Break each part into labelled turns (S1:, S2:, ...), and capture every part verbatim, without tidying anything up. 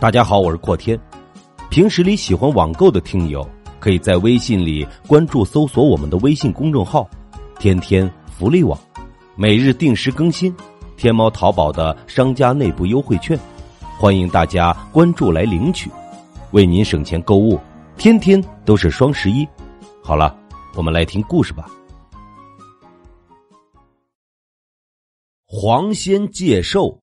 S1: 大家好，我是阔天。平时里喜欢网购的听友，可以在微信里关注搜索我们的微信公众号天天福利网，每日定时更新天猫淘宝的商家内部优惠券，欢迎大家关注来领取，为您省钱购物，天天都是双十一。好了，我们来听故事吧。黄仙借寿。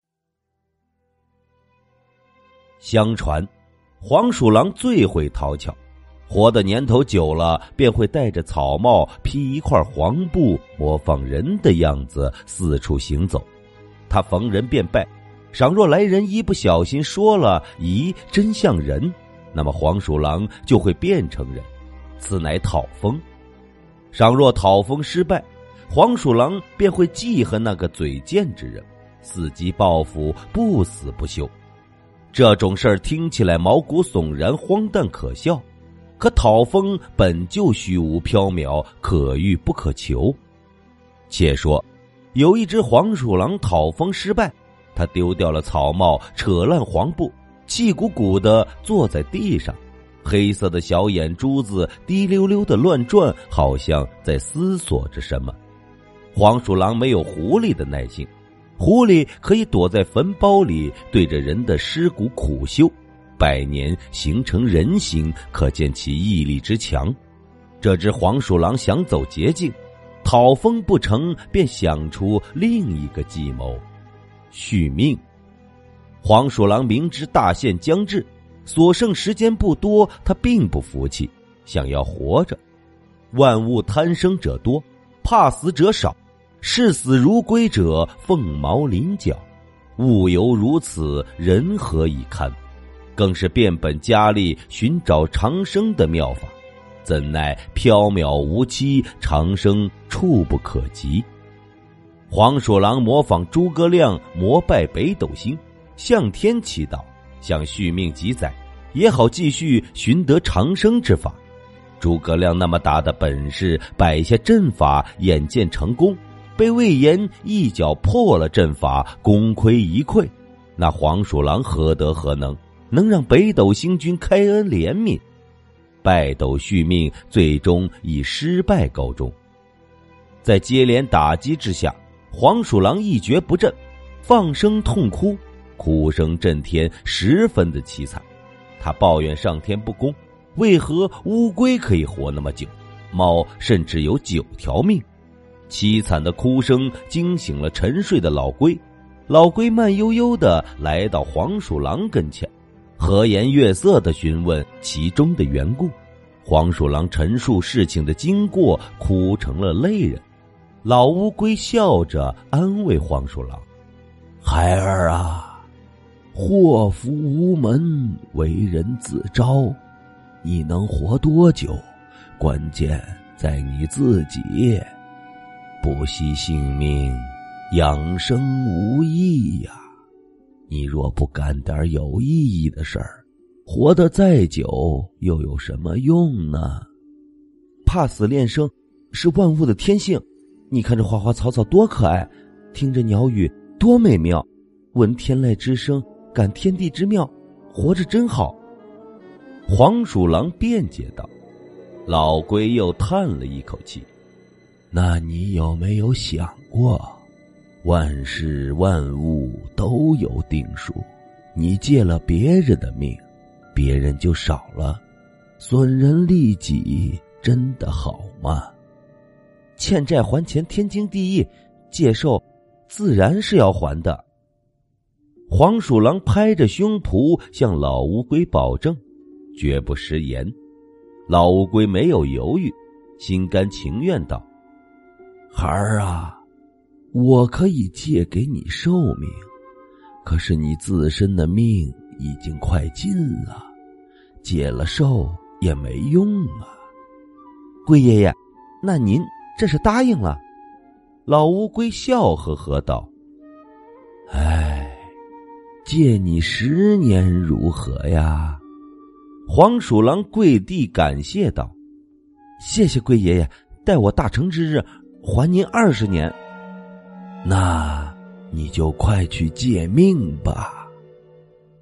S1: 相传黄鼠狼最会讨巧，活的年头久了，便会戴着草帽，披一块黄布，模仿人的样子四处行走。他逢人便拜，倘若来人一不小心说了咦真像人，那么黄鼠狼就会变成人，此乃讨风。倘若讨风失败，黄鼠狼便会记恨那个嘴贱之人，伺机报复，不死不休。这种事儿听起来毛骨悚然，荒诞可笑，可讨风本就虚无缥缈，可遇不可求。且说有一只黄鼠狼讨风失败，他丢掉了草帽，扯烂黄布，气鼓鼓地坐在地上，黑色的小眼珠子滴溜溜地乱转，好像在思索着什么。黄鼠狼没有狐狸的耐性，狐狸可以躲在坟包里对着人的尸骨苦修，百年形成人形，可见其毅力之强。这只黄鼠狼想走捷径，讨风不成，便想出另一个计谋，续命。黄鼠狼明知大限将至，所剩时间不多，他并不服气，想要活着。万物贪生者多，怕死者少，视死如归者凤毛麟角，物犹如此，人何以堪？更是变本加厉寻找长生的妙法，怎奈缥缈无期，长生触不可及。黄鼠狼模仿诸葛亮膜拜北斗星，向天祈祷，想续命几载，也好继续寻得长生之法。诸葛亮那么大的本事，摆下阵法，眼见成功，被魏延一脚破了阵法，功亏一篑。那黄鼠狼何德何能，能让北斗星君开恩怜悯？拜斗续命最终以失败告终。在接连打击之下，黄鼠狼一蹶不振，放声痛哭，哭声震天，十分的凄惨。他抱怨上天不公，为何乌龟可以活那么久，猫甚至有九条命？凄惨的哭声惊醒了沉睡的老龟，老龟慢悠悠地来到黄鼠狼跟前，和颜悦色地询问其中的缘故。黄鼠狼陈述事情的经过，哭成了泪人。老乌龟笑着安慰黄鼠狼：孩儿啊，祸福无门，为人自招，你能活多久，关键在你自己。不惜性命，养生无益呀！你若不干点有意义的事儿，活得再久又有什么用呢？怕死练生是万物的天性，你看这花花草草多可爱，听着鸟语多美妙，闻天籁之声，感天地之妙，活着真好。黄鼠狼辩解道。老龟又叹了一口气：那你有没有想过，万事万物都有定数，你借了别人的命，别人就少了，损人利己真的好吗？欠债还钱天经地义，借寿自然是要还的。黄鼠狼拍着胸脯向老乌龟保证，绝不食言。老乌龟没有犹豫，心甘情愿道：孩儿啊，我可以借给你寿命，可是你自身的命已经快尽了，借了寿也没用啊。龟爷爷，那您这是答应了？老乌龟笑呵呵道：哎，借你十年如何呀？黄鼠狼跪地感谢道：谢谢龟爷爷，待我大成之日还您二十年。那你就快去借命吧。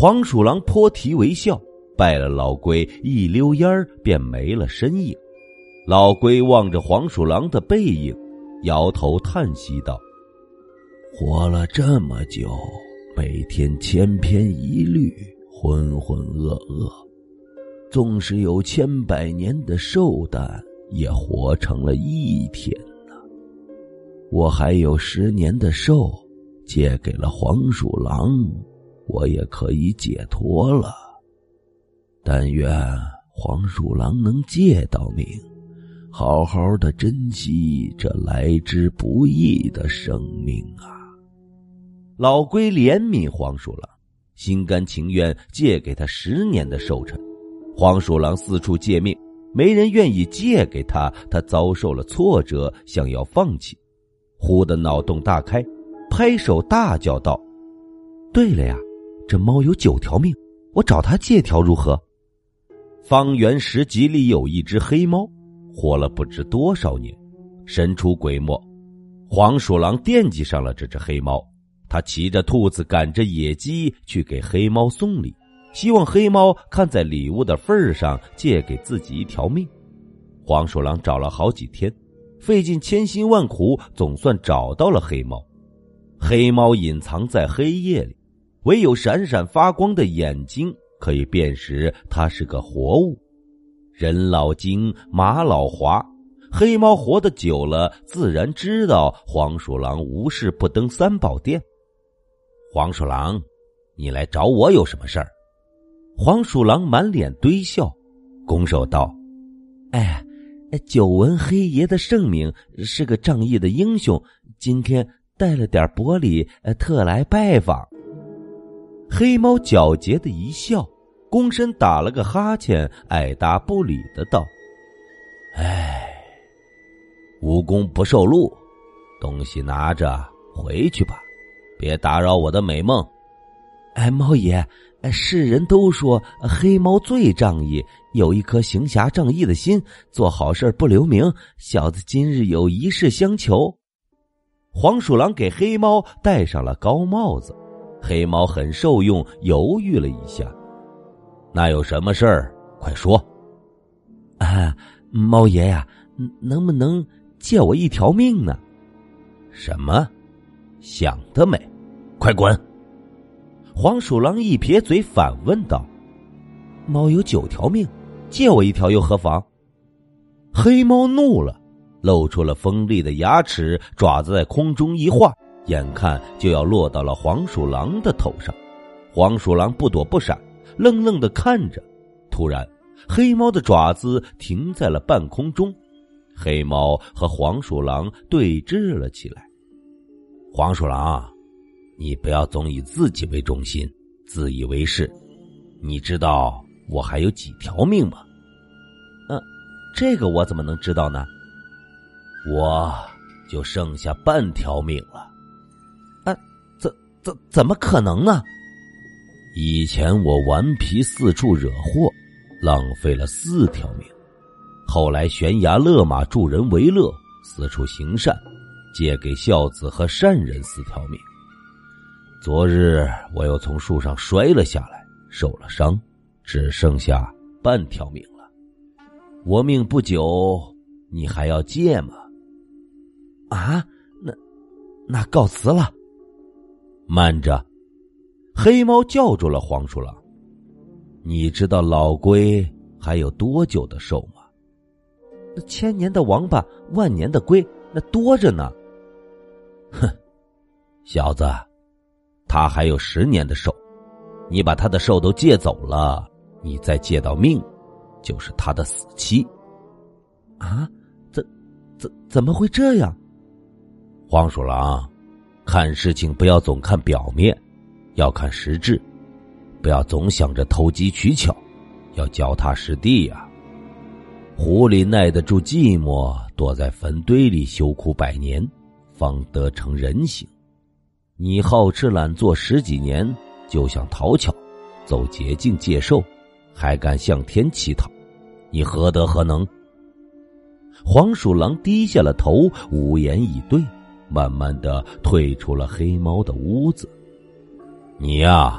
S1: 黄鼠狼颇啼为笑，拜了老龟，一溜烟儿便没了身影。老龟望着黄鼠狼的背影，摇头叹息道：活了这么久，每天千篇一律，浑浑噩噩，纵使有千百年的寿诞，也活成了一天呢。我还有十年的寿，借给了黄鼠狼，我也可以解脱了。但愿黄鼠狼能借到命，好好的珍惜这来之不易的生命啊！老龟怜悯黄鼠狼，心甘情愿借给他十年的寿辰。黄鼠狼四处借命，没人愿意借给他，他遭受了挫折，想要放弃。忽的脑洞大开，拍手大叫道：对了呀，这猫有九条命，我找它借条如何？方圆十几里有一只黑猫，活了不知多少年，神出鬼没。黄鼠狼惦记上了这只黑猫，他骑着兔子，赶着野鸡去给黑猫送礼，希望黑猫看在礼物的份上借给自己一条命。黄鼠狼找了好几天，费尽千辛万苦，总算找到了黑猫。黑猫隐藏在黑夜里，唯有闪闪发光的眼睛可以辨识它是个活物。人老精，马老滑，黑猫活得久了，自然知道黄鼠狼无事不登三宝殿。黄鼠狼，你来找我有什么事儿？黄鼠狼满脸堆笑，拱手道：哎，久闻黑爷的盛名，是个仗义的英雄，今天带了点薄礼，特来拜访。黑猫皎洁的一笑，躬身打了个哈欠，爱答不理的道：哎，无功不受禄，东西拿着回去吧，别打扰我的美梦。哎，猫爷，世人都说黑猫最仗义，有一颗行侠仗义的心，做好事不留名，小子今日有一事相求。黄鼠狼给黑猫戴上了高帽子，黑猫很受用，犹豫了一下。那有什么事儿？快说。啊，猫爷呀，能不能借我一条命呢？什么？想得美，快滚！黄鼠狼一撇嘴反问道：猫有九条命，借我一条又何妨？黑猫怒了，露出了锋利的牙齿，爪子在空中一画，眼看就要落到了黄鼠狼的头上。黄鼠狼不躲不闪，愣愣地看着。突然，黑猫的爪子停在了半空中，黑猫和黄鼠狼对峙了起来。黄鼠狼，你不要总以自己为中心，自以为是。你知道我还有几条命吗？嗯、呃，这个我怎么能知道呢？我就剩下半条命了。啊，怎怎怎么可能呢？以前我顽皮四处惹祸，浪费了四条命。后来悬崖勒马，助人为乐，四处行善，借给孝子和善人四条命。昨日我又从树上摔了下来，受了伤，只剩下半条命了。我命不久，你还要借吗？啊，那那告辞了。慢着，黑猫叫住了黄鼠狼。你知道老龟还有多久的寿吗？那千年的王八，万年的龟，那多着呢。哼，小子，他还有十年的寿，你把他的寿都借走了，你再借到命，就是他的死期。啊，怎怎怎么会这样？黄鼠狼，看事情不要总看表面，要看实质，不要总想着投机取巧，要脚踏实地呀、啊。狐狸耐得住寂寞，躲在坟堆里羞苦百年，方得成人形。你好吃懒做十几年，就想讨巧，走捷径借寿，还敢向天乞讨，你何德何能？黄鼠狼低下了头，无言以对，慢慢的退出了黑猫的屋子。你呀、啊，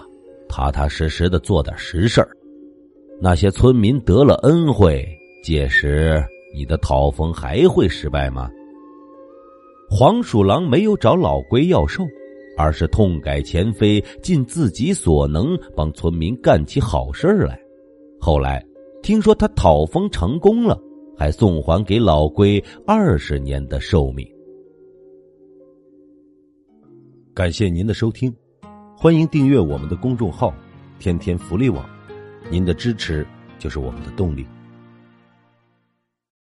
S1: 踏踏实实的做点实事儿。那些村民得了恩惠，届时你的讨封还会失败吗？黄鼠狼没有找老龟要寿，而是痛改前非，尽自己所能帮村民干起好事来。后来听说他讨封成功了，还送还给老龟二十年的寿命。
S2: 感谢您的收听，欢迎订阅我们的公众号天天福利网，您的支持就是我们的动力。